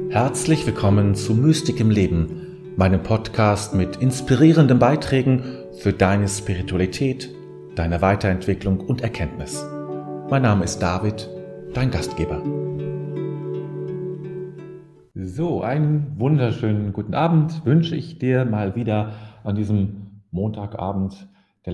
Herzlich willkommen zu Mystik im Leben, meinem Podcast mit inspirierenden Beiträgen für deine Spiritualität, deine Weiterentwicklung und Erkenntnis. Mein Name ist David, dein Gastgeber. So, einen wunderschönen guten Abend wünsche ich dir mal wieder an diesem Montagabend, die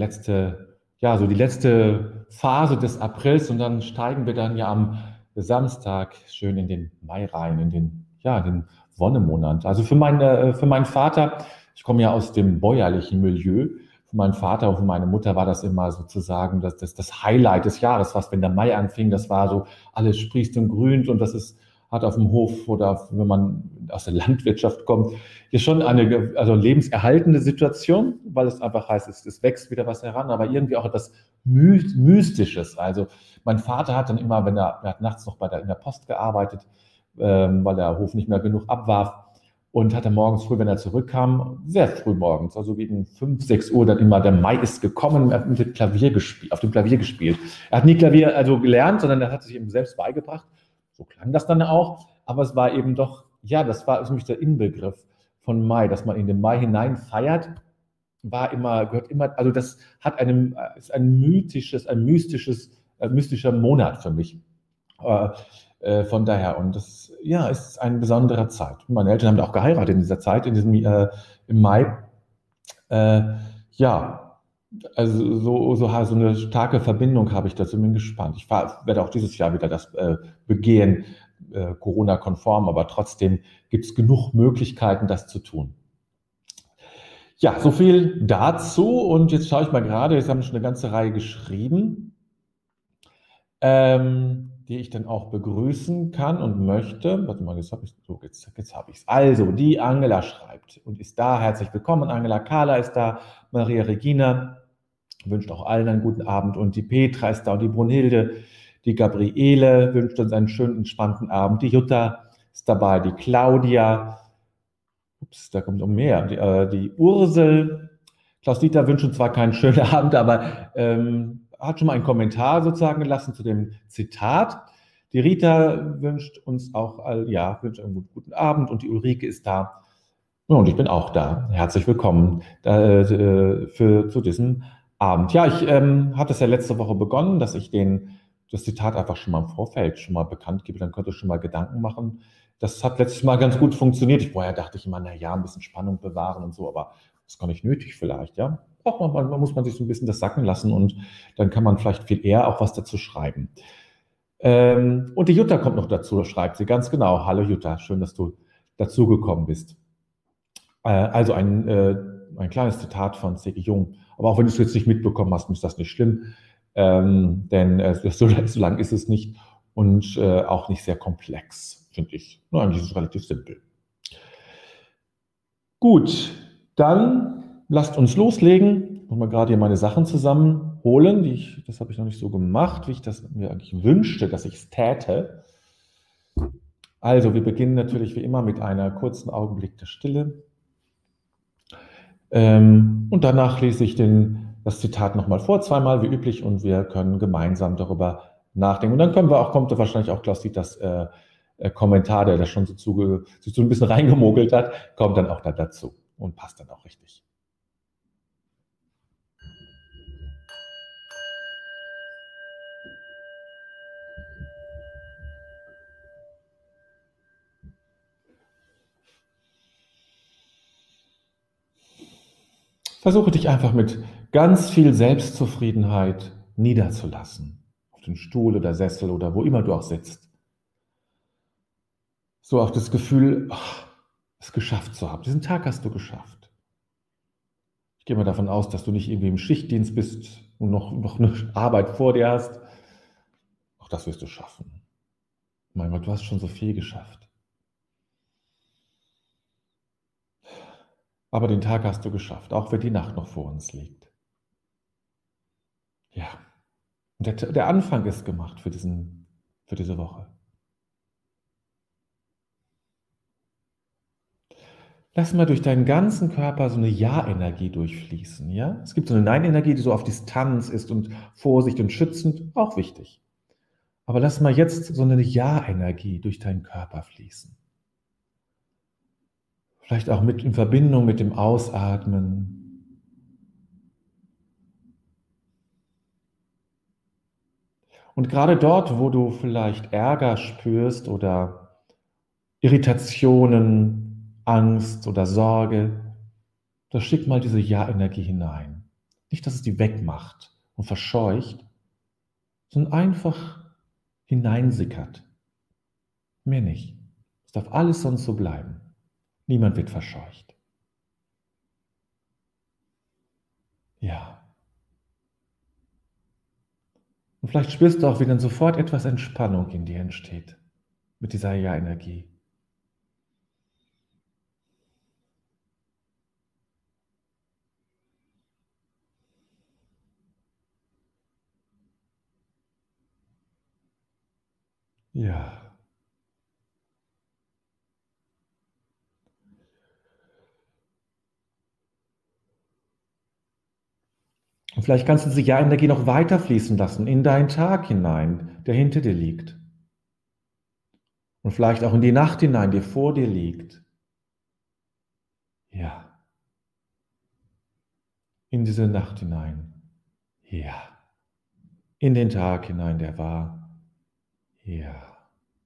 letzte Phase des Aprils, und dann steigen wir dann ja am Samstag schön in den Mai rein, in den Wonnemonat. Also für meinen Vater, ich komme ja aus dem bäuerlichen Milieu, für meinen Vater und für meine Mutter war das immer sozusagen das Highlight des Jahres, was, wenn der Mai anfing, das war so, alles sprießt und grünt, und hat auf dem Hof oder wenn man aus der Landwirtschaft kommt, hier schon eine lebenserhaltende Situation, weil es einfach heißt, es wächst wieder was heran, aber irgendwie auch etwas Mystisches. Also mein Vater hat dann immer, er hat nachts noch in der Post gearbeitet, weil der Hof nicht mehr genug abwarf, und hat dann morgens früh, wenn er zurückkam, sehr früh morgens, also gegen 5, 6 Uhr, dann immer, der Mai ist gekommen, er hat mit dem Klavier gespielt, auf dem Klavier gespielt. Er hat nie Klavier gelernt, sondern er hat sich eben selbst beigebracht. So klang das dann auch, aber es war eben doch, ja, das war für mich der Inbegriff von Mai, dass man in den Mai hinein feiert, gehört immer, also das ist ein mystischer Monat für mich. Von daher, und das, ja, ist eine besondere Zeit. Meine Eltern haben auch geheiratet in dieser Zeit, im Mai. Ja, also so eine starke Verbindung habe ich dazu, bin gespannt. Ich werde auch dieses Jahr wieder das begehen, Corona-konform, aber trotzdem gibt es genug Möglichkeiten, das zu tun. Ja, so viel dazu, und jetzt schaue ich mal gerade, jetzt haben wir schon eine ganze Reihe geschrieben, die ich dann auch begrüßen kann und möchte. Warte mal, jetzt habe ich es. Also, die Angela schreibt und ist da. Herzlich willkommen. Angela Carla ist da. Maria Regina wünscht auch allen einen guten Abend. Und die Petra ist da und die Brunhilde. Die Gabriele wünscht uns einen schönen, entspannten Abend. Die Jutta ist dabei. Die Claudia. Ups, da kommt noch mehr. Die Ursel. Klaus-Dieter wünscht uns zwar keinen schönen Abend, aber hat schon mal einen Kommentar sozusagen gelassen zu dem Zitat. Die Rita wünscht uns auch, wünscht einen guten Abend, und die Ulrike ist da. Ja, und ich bin auch da. Herzlich willkommen zu diesem Abend. Ja, ich hatte es ja letzte Woche begonnen, dass ich das Zitat einfach schon mal im Vorfeld schon mal bekannt gebe. Dann könnt ihr schon mal Gedanken machen. Das hat letztes Mal ganz gut funktioniert. Vorher dachte ich immer, ein bisschen Spannung bewahren und so, aber das ist gar nicht nötig vielleicht, ja. Man muss sich so ein bisschen das sacken lassen, und dann kann man vielleicht viel eher auch was dazu schreiben. Und die Jutta kommt noch dazu, schreibt sie, ganz genau. Hallo Jutta, schön, dass du dazugekommen bist. Also ein kleines Zitat von C.G. Jung. Aber auch wenn du es jetzt nicht mitbekommen hast, ist das nicht schlimm, denn so lang ist es nicht, und auch nicht sehr komplex, finde ich. Nur eigentlich ist es relativ simpel. Gut, dann lasst uns loslegen. Ich muss mal gerade hier meine Sachen zusammenholen. Das habe ich noch nicht so gemacht, wie ich das mir eigentlich wünschte, dass ich es täte. Also, wir beginnen natürlich wie immer mit einer kurzen Augenblick der Stille. Und danach lese ich das Zitat nochmal vor, zweimal wie üblich, und wir können gemeinsam darüber nachdenken. Und dann kommt da wahrscheinlich auch Klaus-Dieters Kommentar, der da schon sich so ein bisschen reingemogelt hat, kommt dann auch da dazu und passt dann auch richtig. Versuche dich einfach mit ganz viel Selbstzufriedenheit niederzulassen. Auf den Stuhl oder Sessel oder wo immer du auch sitzt. So auch das Gefühl, es geschafft zu haben. Diesen Tag hast du geschafft. Ich gehe mal davon aus, dass du nicht irgendwie im Schichtdienst bist und noch eine Arbeit vor dir hast. Auch das wirst du schaffen. Mein Gott, du hast schon so viel geschafft. Aber den Tag hast du geschafft, auch wenn die Nacht noch vor uns liegt. Ja, und der Anfang ist gemacht für diese Woche. Lass mal durch deinen ganzen Körper so eine Ja-Energie durchfließen, ja? Es gibt so eine Nein-Energie, die so auf Distanz ist und Vorsicht und schützend, auch wichtig. Aber lass mal jetzt so eine Ja-Energie durch deinen Körper fließen. Vielleicht auch in Verbindung mit dem Ausatmen. Und gerade dort, wo du vielleicht Ärger spürst oder Irritationen, Angst oder Sorge, da schick mal diese Ja-Energie hinein. Nicht, dass es die wegmacht und verscheucht, sondern einfach hineinsickert. Mehr nicht. Es darf alles sonst so bleiben. Niemand wird verscheucht. Ja. Und vielleicht spürst du auch, wie dann sofort etwas Entspannung in dir entsteht mit dieser Ja-Energie. Ja. Und vielleicht kannst du diese Ja-Energie noch weiter fließen lassen in deinen Tag hinein, der hinter dir liegt. Und vielleicht auch in die Nacht hinein, die vor dir liegt. Ja. In diese Nacht hinein. Ja. In den Tag hinein, der war. Ja.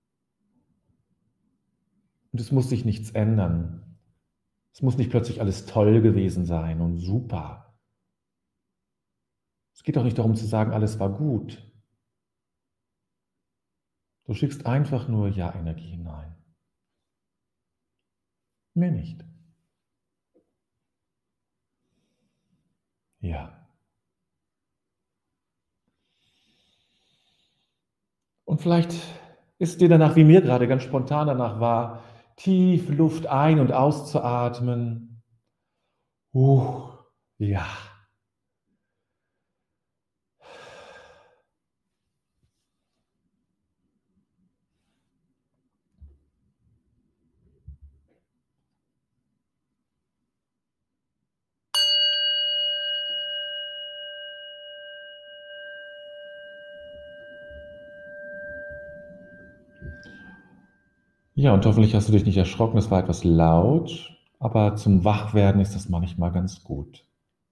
Und es muss sich nichts ändern. Es muss nicht plötzlich alles toll gewesen sein und super. Es geht auch nicht darum zu sagen, alles war gut. Du schickst einfach nur Ja-Energie hinein. Mehr nicht. Ja. Und vielleicht ist dir danach, wie mir gerade ganz spontan danach war, tief Luft ein- und auszuatmen. Ja. Ja, und hoffentlich hast du dich nicht erschrocken, es war etwas laut, aber zum Wachwerden ist das manchmal ganz gut.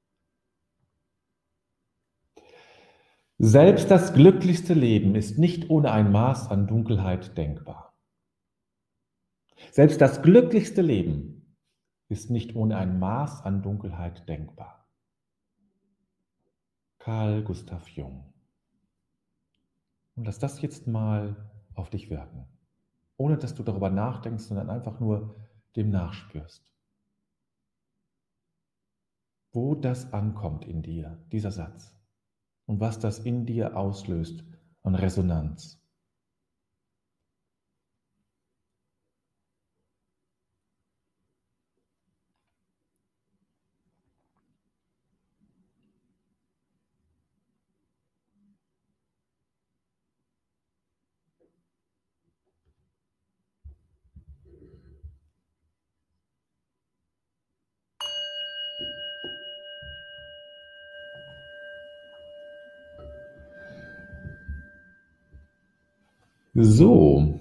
Selbst das glücklichste Leben ist nicht ohne ein Maß an Dunkelheit denkbar. Selbst das glücklichste Leben ist nicht ohne ein Maß an Dunkelheit denkbar. Carl Gustav Jung. Und lass das jetzt mal auf dich wirken, ohne dass du darüber nachdenkst, sondern einfach nur dem nachspürst. Wo das ankommt in dir, dieser Satz, und was das in dir auslöst an Resonanz. So,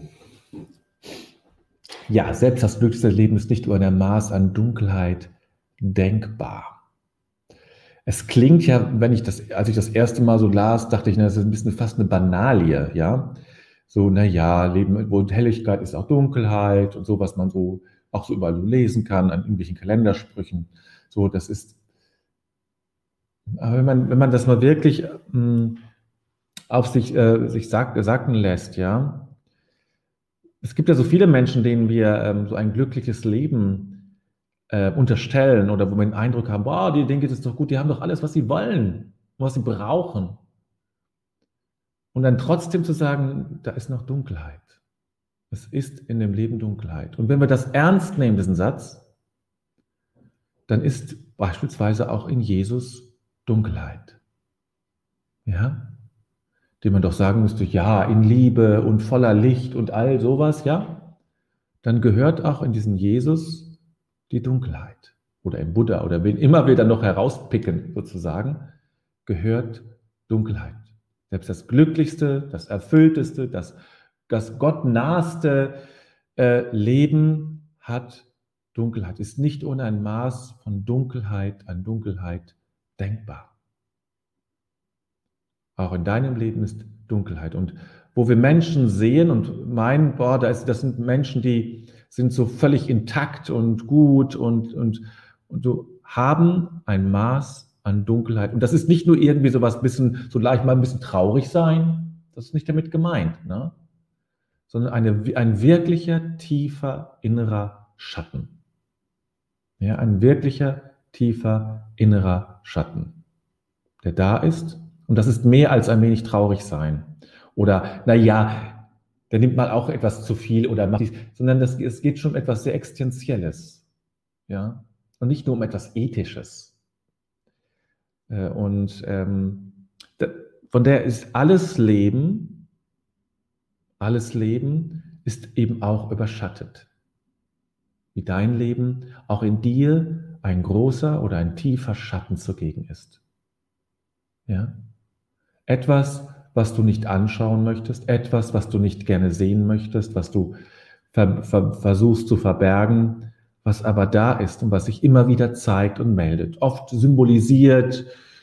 ja, selbst das glücklichste Leben ist nicht über ein Maß an Dunkelheit denkbar. Es klingt ja, als ich das erste Mal so las, dachte ich, na, das ist ein bisschen fast eine Banalie, ja. So, naja, Leben, wo Helligkeit ist auch Dunkelheit und so, was man so auch so überall lesen kann, an irgendwelchen Kalendersprüchen. So, das ist, aber wenn man das mal wirklich auf sich sagen lässt, ja. Es gibt ja so viele Menschen, denen wir so ein glückliches Leben unterstellen oder wo wir den Eindruck haben, boah, denen geht es doch gut, die haben doch alles, was sie wollen, was sie brauchen. Und dann trotzdem zu sagen, da ist noch Dunkelheit. Es ist in dem Leben Dunkelheit. Und wenn wir das ernst nehmen, diesen Satz, dann ist beispielsweise auch in Jesus Dunkelheit. Ja? Dem man doch sagen müsste, ja, in Liebe und voller Licht und all sowas, ja? Dann gehört auch in diesen Jesus die Dunkelheit. Oder im Buddha oder wen immer wir dann noch herauspicken, sozusagen, gehört Dunkelheit. Selbst das Glücklichste, das Erfüllteste, das Gott naheste Leben hat Dunkelheit, ist nicht ohne ein Maß von Dunkelheit an Dunkelheit denkbar. Auch in deinem Leben ist Dunkelheit. Und wo wir Menschen sehen und meinen, boah, das sind Menschen, die sind so völlig intakt und gut und so haben ein Maß an Dunkelheit. Und das ist nicht nur irgendwie so was bisschen, so leicht mal ein bisschen traurig sein, das ist nicht damit gemeint, ne? Sondern ein wirklicher, tiefer, innerer Schatten. Ja, ein wirklicher, tiefer, innerer Schatten, der da ist. Und das ist mehr als ein wenig traurig sein. Oder, naja, der nimmt mal auch etwas zu viel oder macht dies, sondern es geht schon um etwas sehr Existenzielles. Ja? Und nicht nur um etwas Ethisches. Von der ist alles Leben ist eben auch überschattet. Wie dein Leben auch in dir ein großer oder ein tiefer Schatten zugegen ist. Ja? Etwas, was du nicht anschauen möchtest, etwas, was du nicht gerne sehen möchtest, was du versuchst zu verbergen, was aber da ist und was sich immer wieder zeigt und meldet. Oft symbolisiert,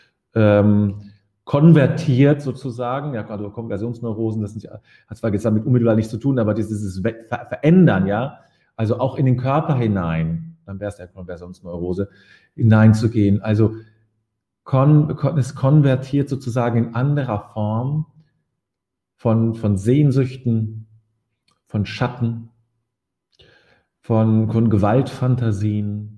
konvertiert sozusagen, ja, also Konversionsneurosen, das hat zwar jetzt damit unmittelbar nichts zu tun, aber dieses Verändern, ja, also auch in den Körper hinein, dann wäre es ja Konversionsneurose, hineinzugehen, also es konvertiert sozusagen in anderer Form von Sehnsüchten, von Schatten, von Gewaltfantasien.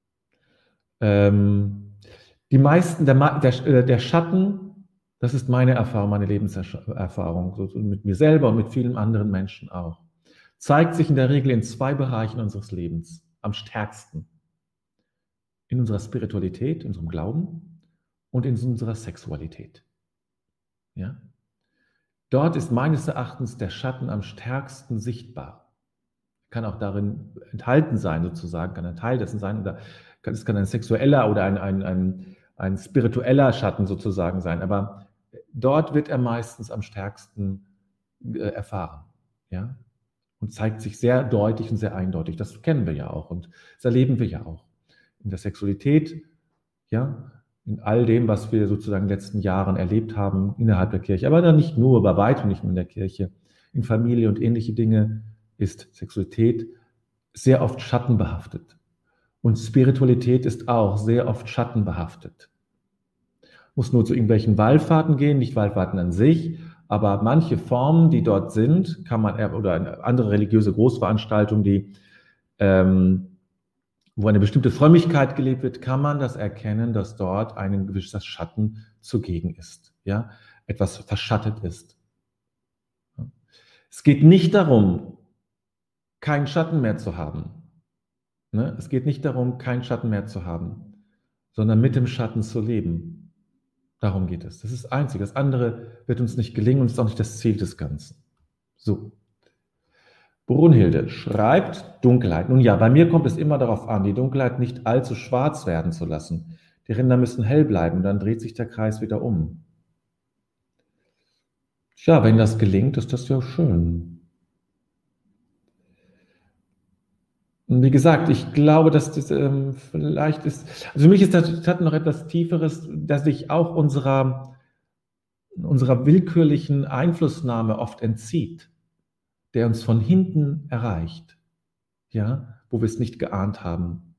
Die meisten, der Schatten, das ist meine Erfahrung, meine Lebenserfahrung, so mit mir selber und mit vielen anderen Menschen auch, zeigt sich in der Regel in 2 Bereichen unseres Lebens am stärksten. In unserer Spiritualität, in unserem Glauben und in unserer Sexualität. Ja? Dort ist meines Erachtens der Schatten am stärksten sichtbar. Kann auch darin enthalten sein, sozusagen, kann ein Teil dessen sein, oder es kann ein sexueller oder ein spiritueller Schatten sozusagen sein, aber dort wird er meistens am stärksten erfahren. Ja? Und zeigt sich sehr deutlich und sehr eindeutig. Das kennen wir ja auch und das erleben wir ja auch. In der Sexualität, ja, in all dem, was wir sozusagen in den letzten Jahren erlebt haben innerhalb der Kirche, aber dann nicht nur, bei weitem nicht nur in der Kirche, in Familie und ähnliche Dinge, ist Sexualität sehr oft schattenbehaftet. Und Spiritualität ist auch sehr oft schattenbehaftet. Muss nur zu irgendwelchen Wallfahrten gehen, nicht Wallfahrten an sich, aber manche Formen, die dort sind, kann man, oder eine andere religiöse Großveranstaltung, die wo eine bestimmte Frömmigkeit gelebt wird, kann man das erkennen, dass dort ein gewisser Schatten zugegen ist, ja, etwas verschattet ist. Es geht nicht darum, keinen Schatten mehr zu haben. Ne? Es geht nicht darum, keinen Schatten mehr zu haben, sondern mit dem Schatten zu leben. Darum geht es. Das ist das Einzige. Das andere wird uns nicht gelingen und ist auch nicht das Ziel des Ganzen. So. Brunhilde schreibt Dunkelheit. Nun ja, bei mir kommt es immer darauf an, die Dunkelheit nicht allzu schwarz werden zu lassen. Die Ränder müssen hell bleiben, dann dreht sich der Kreis wieder um. Tja, wenn das gelingt, ist das ja schön. Und wie gesagt, ich glaube, dass das vielleicht ist, also für mich ist das hat noch etwas Tieferes, dass sich auch unserer willkürlichen Einflussnahme oft entzieht, der uns von hinten erreicht, ja, wo wir es nicht geahnt haben.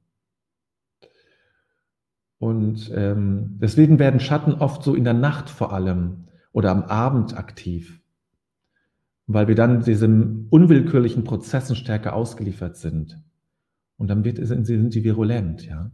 Und deswegen werden Schatten oft so in der Nacht vor allem oder am Abend aktiv, weil wir dann diesen unwillkürlichen Prozessen stärker ausgeliefert sind. Und dann sind sie virulent, ja.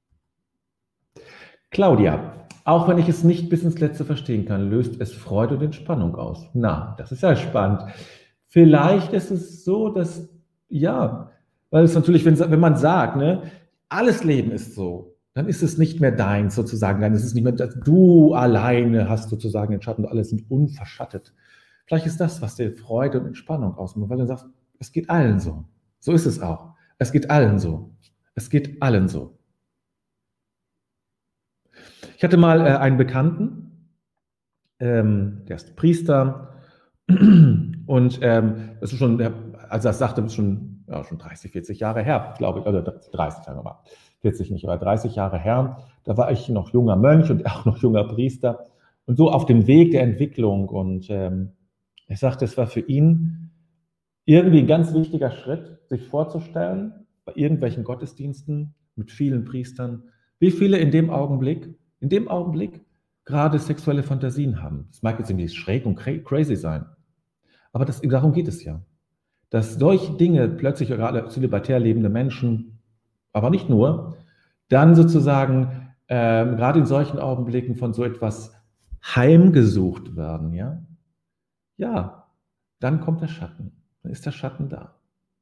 Claudia, auch wenn ich es nicht bis ins Letzte verstehen kann, löst es Freude und Entspannung aus. Na, das ist ja spannend. Vielleicht ist es so, dass, ja, weil es natürlich, wenn man sagt, ne, alles Leben ist so, dann ist es nicht mehr deins sozusagen, dann ist es nicht mehr, du alleine hast sozusagen den Schatten, alle sind unverschattet. Vielleicht ist das, was dir Freude und Entspannung ausmacht, weil du sagst, es geht allen so. So ist es auch. Es geht allen so. Es geht allen so. Ich hatte mal einen Bekannten, der ist Priester und das ist schon, als er das sagte, ist schon ja, schon 30, 40 Jahre her, glaube ich, oder 30 Jahre mal, 40 nicht, aber 30 Jahre her. Da war ich noch junger Mönch und auch noch junger Priester und so auf dem Weg der Entwicklung. Und er sagte, es war für ihn irgendwie ein ganz wichtiger Schritt, sich vorzustellen, bei irgendwelchen Gottesdiensten mit vielen Priestern, wie viele in dem Augenblick gerade sexuelle Fantasien haben. Das mag jetzt irgendwie schräg und crazy sein, aber darum geht es ja. Dass solche Dinge plötzlich gerade zölibatär lebende Menschen, aber nicht nur, dann sozusagen gerade in solchen Augenblicken von so etwas heimgesucht werden, ja, ja, dann kommt der Schatten, dann ist der Schatten da.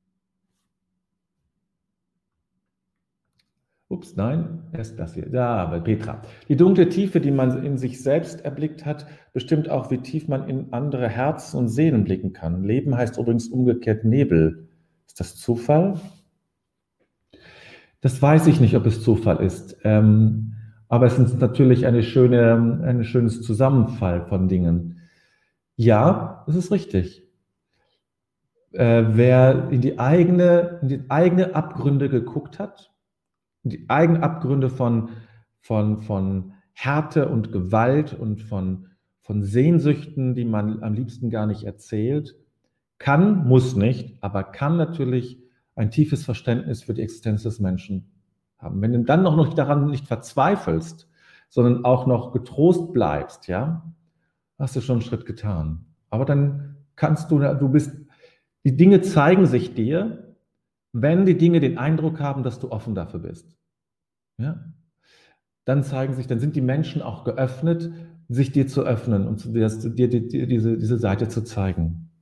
Ups, nein, erst das hier. Da, bei Petra. Die dunkle Tiefe, die man in sich selbst erblickt hat, bestimmt auch, wie tief man in andere Herzen und Seelen blicken kann. Leben heißt übrigens umgekehrt Nebel. Ist das Zufall? Das weiß ich nicht, ob es Zufall ist. Aber es ist natürlich ein schönes Zusammenfall von Dingen. Ja, das ist richtig. Wer in die eigene Abgründe geguckt hat, die eigenen Abgründe von Härte und Gewalt und von Sehnsüchten, die man am liebsten gar nicht erzählt, kann, muss nicht, aber kann natürlich ein tiefes Verständnis für die Existenz des Menschen haben. Wenn du dann noch daran nicht verzweifelst, sondern auch noch getrost bleibst, ja, hast du schon einen Schritt getan. Aber dann die Dinge zeigen sich dir, wenn die Dinge den Eindruck haben, dass du offen dafür bist. Ja? Dann sind die Menschen auch geöffnet, sich dir zu öffnen und dir diese Seite zu zeigen.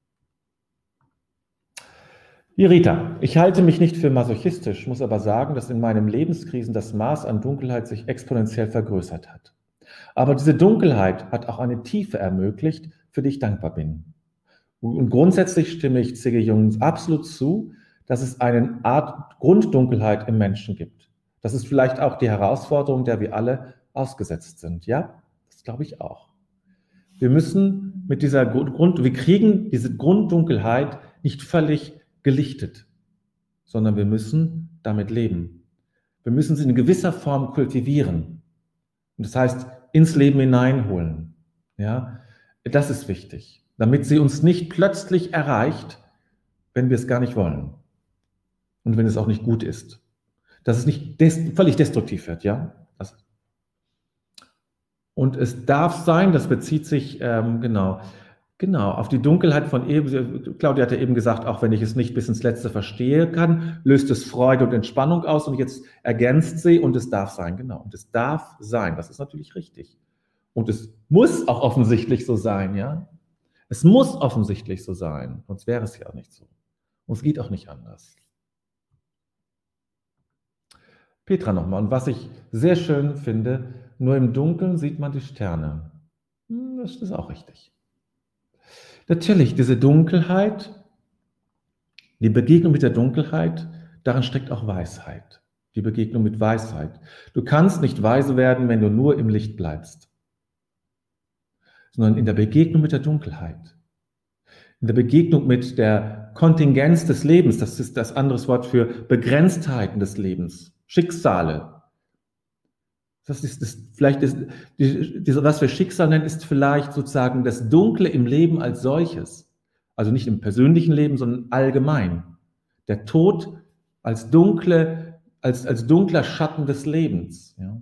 Die Rita, ich halte mich nicht für masochistisch, muss aber sagen, dass in meinen Lebenskrisen das Maß an Dunkelheit sich exponentiell vergrößert hat. Aber diese Dunkelheit hat auch eine Tiefe ermöglicht, für die ich dankbar bin. Und grundsätzlich stimme ich C.G. Jung absolut zu, dass es eine Art Grunddunkelheit im Menschen gibt. Das ist vielleicht auch die Herausforderung, der wir alle ausgesetzt sind. Ja, das glaube ich auch. Wir kriegen diese Grunddunkelheit nicht völlig gelichtet, sondern wir müssen damit leben. Wir müssen sie in gewisser Form kultivieren. Und das heißt, ins Leben hineinholen. Ja, das ist wichtig, damit sie uns nicht plötzlich erreicht, wenn wir es gar nicht wollen. Und wenn es auch nicht gut ist. Dass es nicht völlig destruktiv wird, ja. Und es darf sein, das bezieht sich, genau, auf die Dunkelheit von eben. Claudia hat ja eben gesagt, auch wenn ich es nicht bis ins Letzte verstehe kann, löst es Freude und Entspannung aus. Und jetzt ergänzt sie, und es darf sein, genau. Und es darf sein, das ist natürlich richtig. Und es muss auch offensichtlich so sein, ja. Es muss offensichtlich so sein, sonst wäre es ja auch nicht so. Und es geht auch nicht anders. Petra nochmal. Und was ich sehr schön finde, nur im Dunkeln sieht man die Sterne. Das ist auch richtig. Natürlich, diese Dunkelheit, die Begegnung mit der Dunkelheit, darin steckt auch Weisheit. Die Begegnung mit Weisheit. Du kannst nicht weise werden, wenn du nur im Licht bleibst, sondern in der Begegnung mit der Dunkelheit. In der Begegnung mit der Kontingenz des Lebens, das ist das andere Wort für Begrenztheiten des Lebens, Schicksale. Was wir Schicksal nennen, ist vielleicht sozusagen das Dunkle im Leben als solches. Also nicht im persönlichen Leben, sondern allgemein. Der Tod als dunkler Schatten des Lebens. Ja.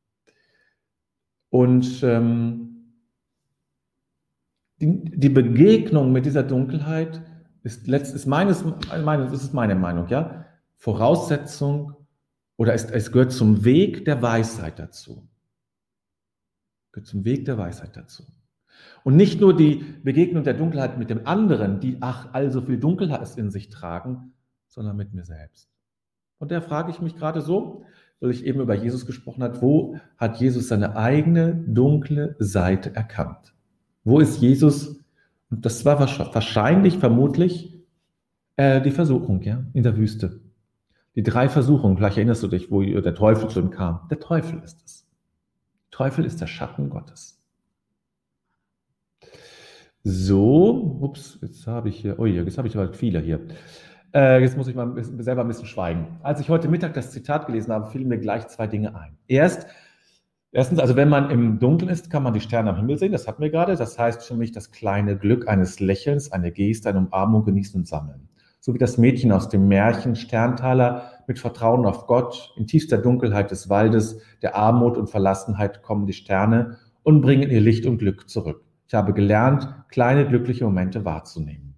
Und die Begegnung mit dieser Dunkelheit ist meine Meinung, ja, Voraussetzung oder es gehört zum Weg der Weisheit dazu. Gehört zum Weg der Weisheit dazu. Und nicht nur die Begegnung der Dunkelheit mit dem anderen, die also viel Dunkelheit in sich tragen, sondern mit mir selbst. Und da frage ich mich gerade so, weil ich eben über Jesus gesprochen habe, wo hat Jesus seine eigene dunkle Seite erkannt? Wo ist Jesus? Und das war vermutlich die Versuchung, ja, in der Wüste. Die 3 Versuchungen, vielleicht erinnerst du dich, wo der Teufel zu ihm kam. Der Teufel ist es. Der Teufel ist der Schatten Gottes. So, jetzt habe ich aber viele hier. Jetzt muss ich mal selber ein bisschen schweigen. Als ich heute Mittag das Zitat gelesen habe, fielen mir gleich zwei Dinge ein. Erstens, also wenn man im Dunkeln ist, kann man die Sterne am Himmel sehen, das hatten wir gerade. Das heißt für mich das kleine Glück eines Lächelns, eine Geste, eine Umarmung genießen und sammeln. So wie das Mädchen aus dem Märchen Sterntaler mit Vertrauen auf Gott, in tiefster Dunkelheit des Waldes, der Armut und Verlassenheit kommen die Sterne und bringen ihr Licht und Glück zurück. Ich habe gelernt, kleine glückliche Momente wahrzunehmen.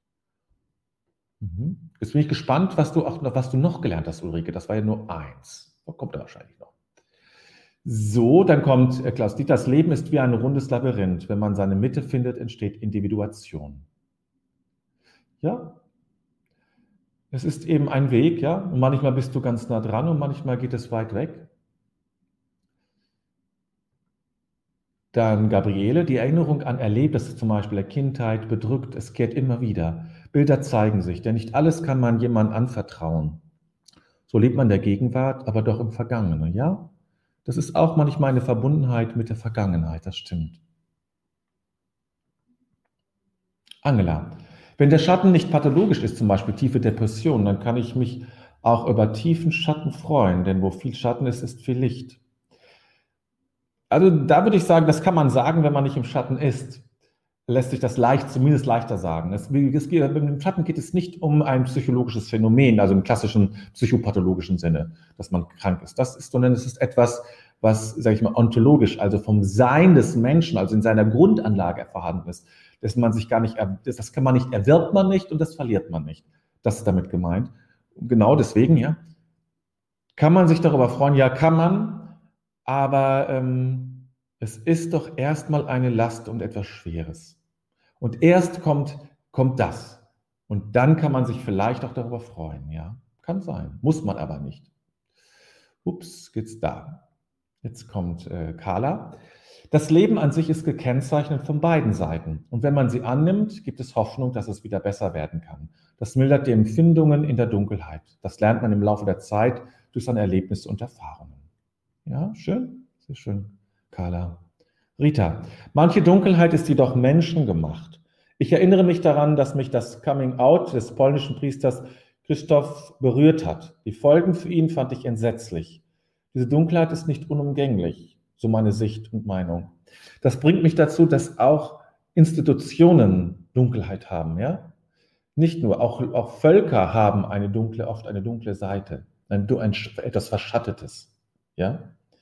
Jetzt bin ich gespannt, was du noch gelernt hast, Ulrike. Das war ja nur eins. Kommt da wahrscheinlich noch. So, dann kommt Klaus Dieter. Das Leben ist wie ein rundes Labyrinth. Wenn man seine Mitte findet, entsteht Individuation. Ja, es ist eben ein Weg, ja. Und manchmal bist du ganz nah dran und manchmal geht es weit weg. Dann Gabriele, die Erinnerung an Erlebnisse, zum Beispiel der Kindheit, bedrückt, es kehrt immer wieder. Bilder zeigen sich, denn nicht alles kann man jemandem anvertrauen. So lebt man der Gegenwart, aber doch im Vergangenen, ja? Das ist auch manchmal eine Verbundenheit mit der Vergangenheit, das stimmt. Angela, wenn der Schatten nicht pathologisch ist, zum Beispiel tiefe Depression, dann kann ich mich auch über tiefen Schatten freuen, denn wo viel Schatten ist, ist viel Licht. Also da würde ich sagen, das kann man sagen, wenn man nicht im Schatten ist. Lässt sich das zumindest leichter sagen. Im Schatten geht es nicht um ein psychologisches Phänomen, also im klassischen psychopathologischen Sinne, dass man krank ist. Sondern es ist etwas, was, sage ich mal, ontologisch, also vom Sein des Menschen, also in seiner Grundanlage vorhanden ist. Das kann man nicht, erwirbt man nicht und das verliert man nicht. Das ist damit gemeint. Und genau deswegen, ja. Kann man sich darüber freuen? Ja, kann man, aber es ist doch erstmal eine Last und etwas Schweres. Und erst kommt das. Und dann kann man sich vielleicht auch darüber freuen, ja. Kann sein, muss man aber nicht. Ups, geht's da. Jetzt kommt Carla. Das Leben an sich ist gekennzeichnet von beiden Seiten. Und wenn man sie annimmt, gibt es Hoffnung, dass es wieder besser werden kann. Das mildert die Empfindungen in der Dunkelheit. Das lernt man im Laufe der Zeit durch seine Erlebnisse und Erfahrungen. Ja, schön, sehr schön, Carla. Rita, manche Dunkelheit ist jedoch menschengemacht. Ich erinnere mich daran, dass mich das Coming-out des polnischen Priesters Krzysztof berührt hat. Die Folgen für ihn fand ich entsetzlich. Diese Dunkelheit ist nicht unumgänglich, so meine Sicht und Meinung. Das bringt mich dazu, dass auch Institutionen Dunkelheit haben, ja? Nicht nur, auch Völker haben oft eine dunkle Seite, etwas Verschattetes, ja?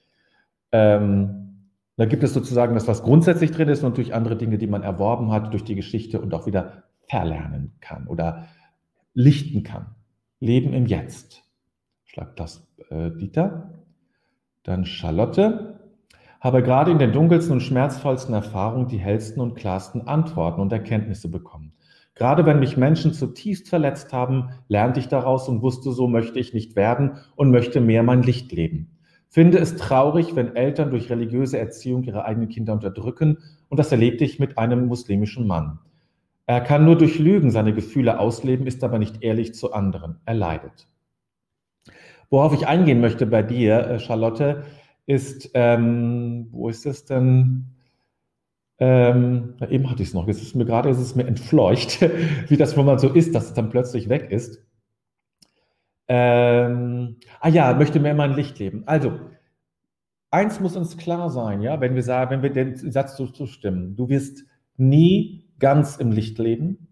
Da gibt es sozusagen das, was grundsätzlich drin ist und durch andere Dinge, die man erworben hat, durch die Geschichte und auch wieder verlernen kann oder lichten kann. Leben im Jetzt. Schreibt das Dieter. Dann Charlotte. Habe gerade in den dunkelsten und schmerzvollsten Erfahrungen die hellsten und klarsten Antworten und Erkenntnisse bekommen. Gerade wenn mich Menschen zutiefst verletzt haben, lernte ich daraus und wusste, so möchte ich nicht werden und möchte mehr mein Licht leben. Finde es traurig, wenn Eltern durch religiöse Erziehung ihre eigenen Kinder unterdrücken, und das erlebte ich mit einem muslimischen Mann. Er kann nur durch Lügen seine Gefühle ausleben, ist aber nicht ehrlich zu anderen. Er leidet. Worauf ich eingehen möchte bei dir, Charlotte, ist, wo ist es denn? Eben hatte ich es noch, jetzt ist es mir entfleucht, wie das, wenn man so ist, dass es dann plötzlich weg ist. Möchte mehr mein Licht leben. Also, eins muss uns klar sein, ja, wenn wir den Satz zustimmen, du wirst nie ganz im Licht leben,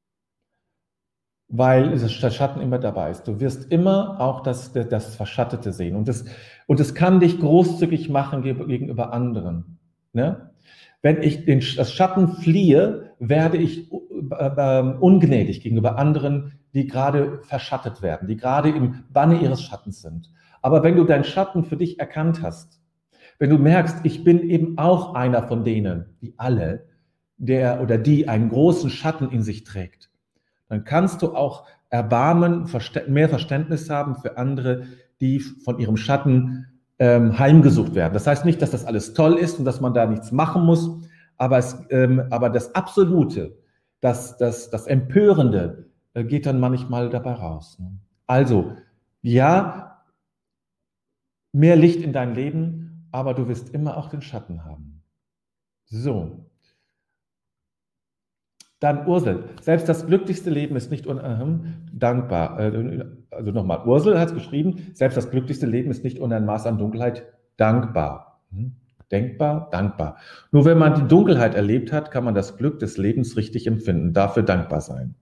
weil der Schatten immer dabei ist. Du wirst immer auch das Verschattete sehen. Und es kann dich großzügig machen gegenüber anderen. Ne? Wenn ich das Schatten fliehe, werde ich ungnädig gegenüber anderen, die gerade verschattet werden, die gerade im Banne ihres Schattens sind. Aber wenn du deinen Schatten für dich erkannt hast, wenn du merkst, ich bin eben auch einer von denen, die alle, der oder die einen großen Schatten in sich trägt, dann kannst du auch Erbarmen, mehr Verständnis haben für andere, die von ihrem Schatten heimgesucht werden. Das heißt nicht, dass das alles toll ist und dass man da nichts machen muss, aber das Absolute, das Empörende geht dann manchmal dabei raus. Ne? Also, ja, mehr Licht in dein Leben, aber du wirst immer auch den Schatten haben. So. Dann Ursel. Selbst das glücklichste Leben ist nicht dankbar. Also nochmal, Ursel hat es geschrieben, selbst das glücklichste Leben ist nicht ohne ein Maß an Dunkelheit dankbar. Denkbar, dankbar. Nur wenn man die Dunkelheit erlebt hat, kann man das Glück des Lebens richtig empfinden, dafür dankbar sein.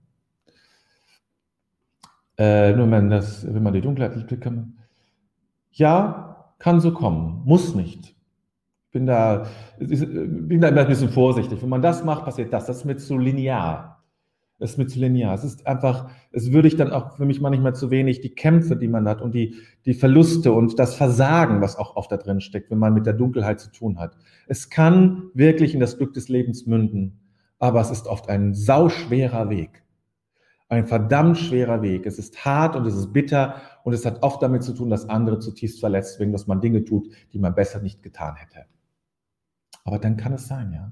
Nur wenn man die Dunkelheit erlebt, kann man... Ja, kann so kommen, muss nicht. Bin da immer ein bisschen vorsichtig. Wenn man das macht, passiert das. Das ist mir zu linear. Das ist mir zu linear. Es ist einfach, es würde ich dann auch für mich manchmal zu wenig die Kämpfe, die man hat und die Verluste und das Versagen, was auch oft da drin steckt, wenn man mit der Dunkelheit zu tun hat. Es kann wirklich in das Glück des Lebens münden, aber es ist oft ein sauschwerer Weg. Ein verdammt schwerer Weg. Es ist hart und es ist bitter und es hat oft damit zu tun, dass andere zutiefst verletzt werden, dass man Dinge tut, die man besser nicht getan hätte. Aber dann kann es sein, ja.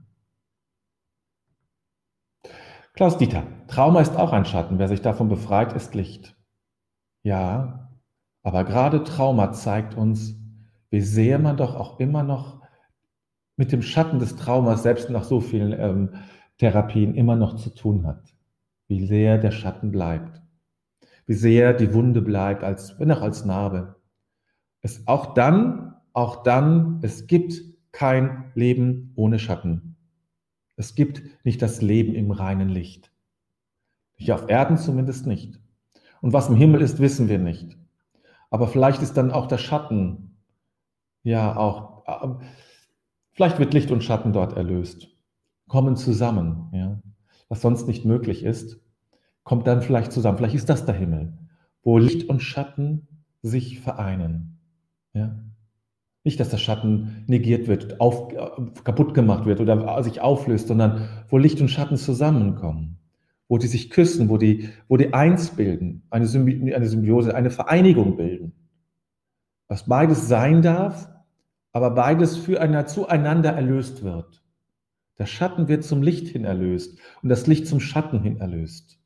Klaus Dieter, Trauma ist auch ein Schatten. Wer sich davon befreit, ist Licht. Ja, aber gerade Trauma zeigt uns, wie sehr man doch auch immer noch mit dem Schatten des Traumas, selbst nach so vielen Therapien, immer noch zu tun hat. Wie sehr der Schatten bleibt. Wie sehr die Wunde bleibt, wenn auch als Narbe. Auch dann, es gibt kein Leben ohne Schatten. Es gibt nicht das Leben im reinen Licht. Hier auf Erden zumindest nicht. Und was im Himmel ist, wissen wir nicht. Aber vielleicht ist dann auch der Schatten, ja auch, vielleicht wird Licht und Schatten dort erlöst, kommen zusammen, ja. Was sonst nicht möglich ist, kommt dann vielleicht zusammen. Vielleicht ist das der Himmel, wo Licht und Schatten sich vereinen, ja. Nicht, dass der Schatten negiert wird, kaputt gemacht wird oder sich auflöst, sondern wo Licht und Schatten zusammenkommen, wo die sich küssen, wo die eins bilden, eine Symbiose, eine Vereinigung bilden. Was beides sein darf, aber beides zueinander erlöst wird. Der Schatten wird zum Licht hin erlöst und das Licht zum Schatten hin erlöst.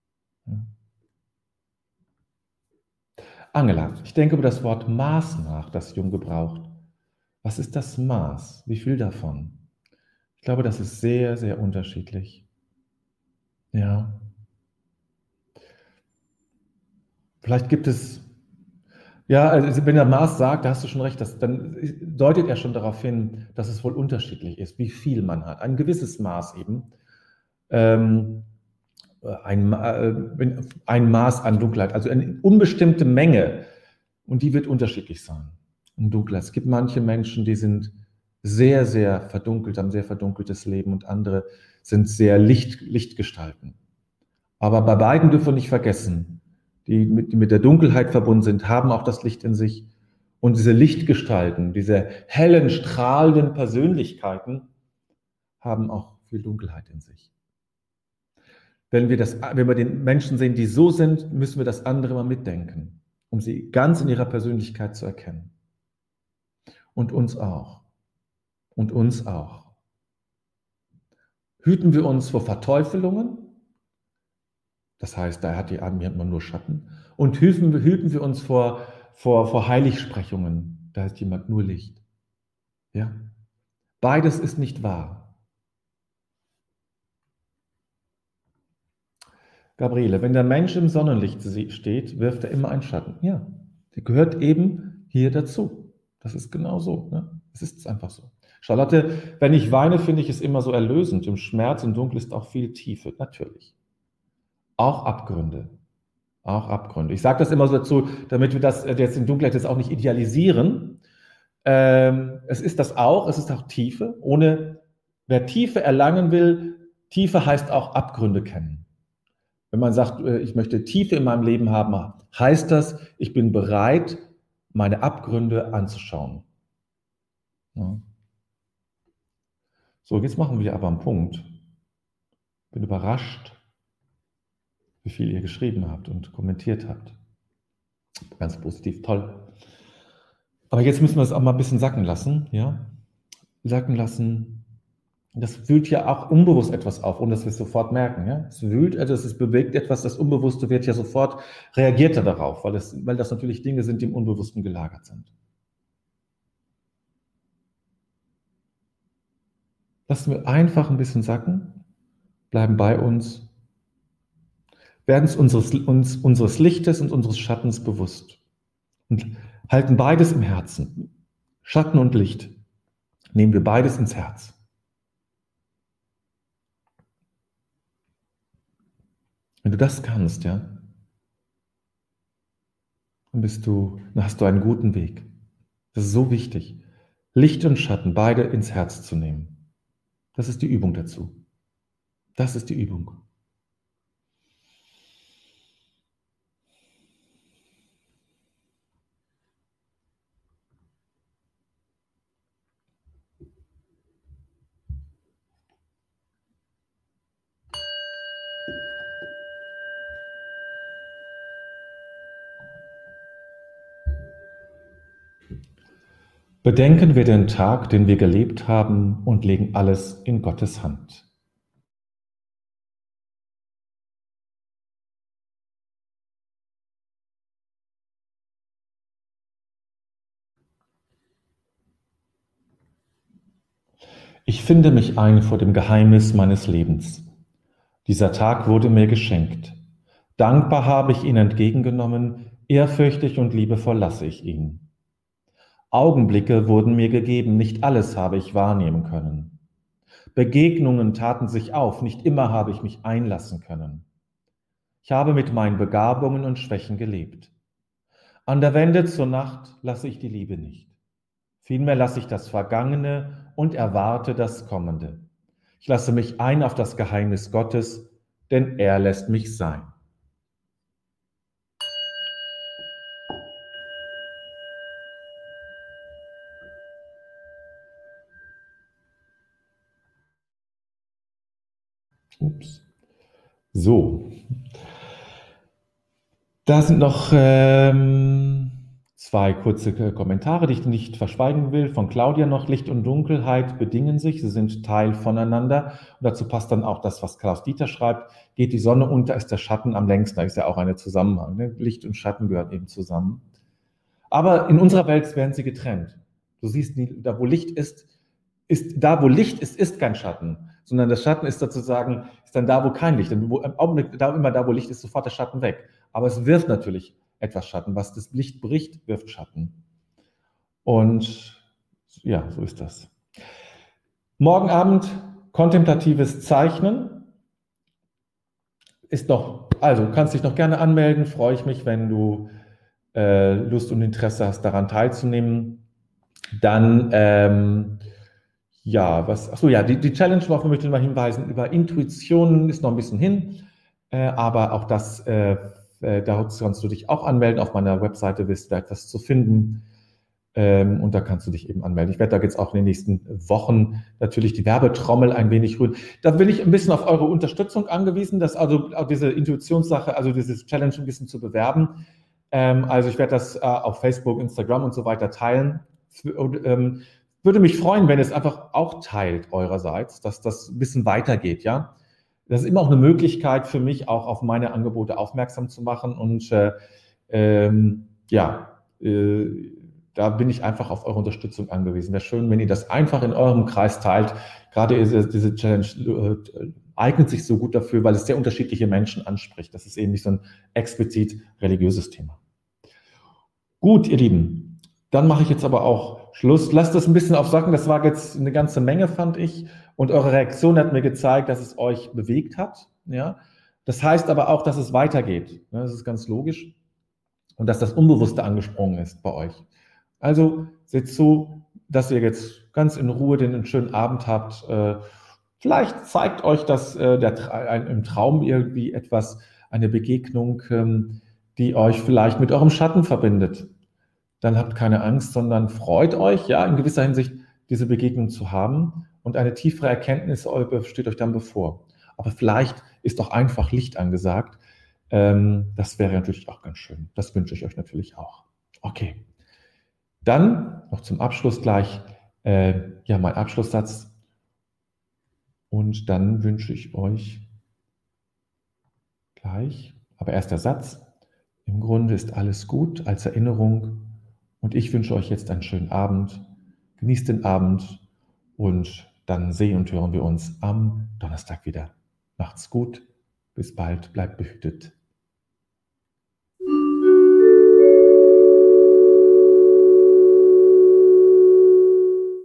Angela, ich denke über das Wort Maß nach, das Jung gebraucht. Was ist das Maß? Wie viel davon? Ich glaube, das ist sehr, sehr unterschiedlich. Ja. Vielleicht gibt es, ja, also wenn er Maß sagt, da hast du schon recht, dann deutet er schon darauf hin, dass es wohl unterschiedlich ist, wie viel man hat. Ein gewisses Maß eben. Ein Maß an Dunkelheit, also eine unbestimmte Menge. Und die wird unterschiedlich sein. Und Dunkelheit. Es gibt manche Menschen, die sind sehr, sehr verdunkelt, haben sehr verdunkeltes Leben und andere sind sehr Lichtgestalten. Aber bei beiden dürfen wir nicht vergessen, die mit der Dunkelheit verbunden sind, haben auch das Licht in sich. Und diese Lichtgestalten, diese hellen, strahlenden Persönlichkeiten haben auch viel Dunkelheit in sich. Wenn wir den Menschen sehen, die so sind, müssen wir das andere mal mitdenken, um sie ganz in ihrer Persönlichkeit zu erkennen. Und uns auch. Und uns auch. Hüten wir uns vor Verteufelungen, das heißt, da hat man nur Schatten, und hüten wir uns vor Heiligsprechungen, da ist jemand nur Licht. Ja? Beides ist nicht wahr. Gabriele, wenn der Mensch im Sonnenlicht steht, wirft er immer einen Schatten. Ja, der gehört eben hier dazu. Das ist genau so. Ne? Es ist einfach so. Charlotte, wenn ich weine, finde ich es immer so erlösend. Im Schmerz und Dunkel ist auch viel Tiefe, natürlich. Auch Abgründe. Auch Abgründe. Ich sage das immer so dazu, damit wir das jetzt in Dunkelheit jetzt auch nicht idealisieren. Es ist das auch, es ist auch Tiefe. Wer Tiefe erlangen will, Tiefe heißt auch Abgründe kennen. Wenn man sagt, ich möchte Tiefe in meinem Leben haben, heißt das, ich bin bereit, meine Abgründe anzuschauen. Ja. So, jetzt machen wir aber einen Punkt. Ich bin überrascht, wie viel ihr geschrieben habt und kommentiert habt. Ganz positiv, toll. Aber jetzt müssen wir es auch mal ein bisschen sacken lassen, ja? Sacken lassen. Das wühlt ja auch unbewusst etwas auf, ohne dass wir es sofort merken, ja? Es wühlt etwas, es bewegt etwas, das Unbewusste wird ja sofort, reagiert er darauf, weil das natürlich Dinge sind, die im Unbewussten gelagert sind. Lassen wir einfach ein bisschen sacken. bleiben bei uns, werden uns unseres Lichtes und unseres Schattens bewusst und halten beides im Herzen. Schatten und Licht. Nehmen wir beides ins Herz. Wenn du das kannst, ja, dann hast du einen guten Weg. Das ist so wichtig. Licht und Schatten, beide ins Herz zu nehmen. Das ist die Übung dazu. Das ist die Übung. Bedenken wir den Tag, den wir gelebt haben, und legen alles in Gottes Hand. Ich finde mich ein vor dem Geheimnis meines Lebens. Dieser Tag wurde mir geschenkt. Dankbar habe ich ihn entgegengenommen, ehrfürchtig und liebevoll lasse ich ihn. Augenblicke wurden mir gegeben, nicht alles habe ich wahrnehmen können. Begegnungen taten sich auf, nicht immer habe ich mich einlassen können. Ich habe mit meinen Begabungen und Schwächen gelebt. An der Wende zur Nacht lasse ich die Liebe nicht. Vielmehr lasse ich das Vergangene und erwarte das Kommende. Ich lasse mich ein auf das Geheimnis Gottes, denn er lässt mich sein. Ups. So. Da sind noch zwei kurze Kommentare, die ich nicht verschweigen will. Von Claudia noch: Licht und Dunkelheit bedingen sich, sie sind Teil voneinander. Und dazu passt dann auch das, was Klaus-Dieter schreibt: Geht die Sonne unter, ist der Schatten am längsten. Da ist ja auch ein Zusammenhang. Ne? Licht und Schatten gehören eben zusammen. Aber in unserer Welt werden sie getrennt. Du siehst, da wo Licht ist kein Schatten, sondern der Schatten ist sozusagen, ist dann da, wo kein Licht ist. Im Augenblick, da, wo Licht ist, sofort der Schatten weg. Aber es wirft natürlich etwas Schatten. Was das Licht bricht, wirft Schatten. Und ja, so ist das. Morgen Abend kontemplatives Zeichnen ist noch, also kannst dich noch gerne anmelden. Freue ich mich, wenn du Lust und Interesse hast, daran teilzunehmen. Dann die Challenge, worauf möchte ich mal hinweisen, über Intuitionen ist noch ein bisschen hin, aber auch das, dazu kannst du dich auch anmelden. Auf meiner Webseite wirst du da etwas zu finden, und da kannst du dich eben anmelden. Ich werde da jetzt auch in den nächsten Wochen natürlich die Werbetrommel ein wenig rühren. Da bin ich ein bisschen auf eure Unterstützung angewiesen, dass also auch diese Intuitionssache, also dieses Challenge ein bisschen zu bewerben. Also ich werde das auf Facebook, Instagram und so weiter teilen. Und, würde mich freuen, wenn es einfach auch teilt eurerseits, dass das ein bisschen weitergeht, ja. Das ist immer auch eine Möglichkeit für mich, auch auf meine Angebote aufmerksam zu machen. Und da bin ich einfach auf eure Unterstützung angewiesen. Wäre schön, wenn ihr das einfach in eurem Kreis teilt. Gerade diese Challenge eignet sich so gut dafür, weil es sehr unterschiedliche Menschen anspricht. Das ist eben nicht so ein explizit religiöses Thema. Gut, ihr Lieben, dann mache ich jetzt aber auch Schluss. Lasst das ein bisschen aufsacken. Das war jetzt eine ganze Menge, fand ich. Und eure Reaktion hat mir gezeigt, dass es euch bewegt hat. Ja? Das heißt aber auch, dass es weitergeht. Das ist ganz logisch. Und dass das Unbewusste angesprungen ist bei euch. Also seht zu, dass ihr jetzt ganz in Ruhe einen schönen Abend habt. Vielleicht zeigt euch das im Traum irgendwie etwas, eine Begegnung, die euch vielleicht mit eurem Schatten verbindet. Dann habt keine Angst, sondern freut euch, ja, in gewisser Hinsicht diese Begegnung zu haben, und eine tiefere Erkenntnis steht euch dann bevor. Aber vielleicht ist doch einfach Licht angesagt. Das wäre natürlich auch ganz schön. Das wünsche ich euch natürlich auch. Okay. Dann noch zum Abschluss gleich mein Abschlusssatz. Und dann wünsche ich euch gleich, aber erst der Satz: Im Grunde ist alles gut als Erinnerung. Und ich wünsche euch jetzt einen schönen Abend. Genießt den Abend und dann sehen und hören wir uns am Donnerstag wieder. Macht's gut. Bis bald. Bleibt behütet.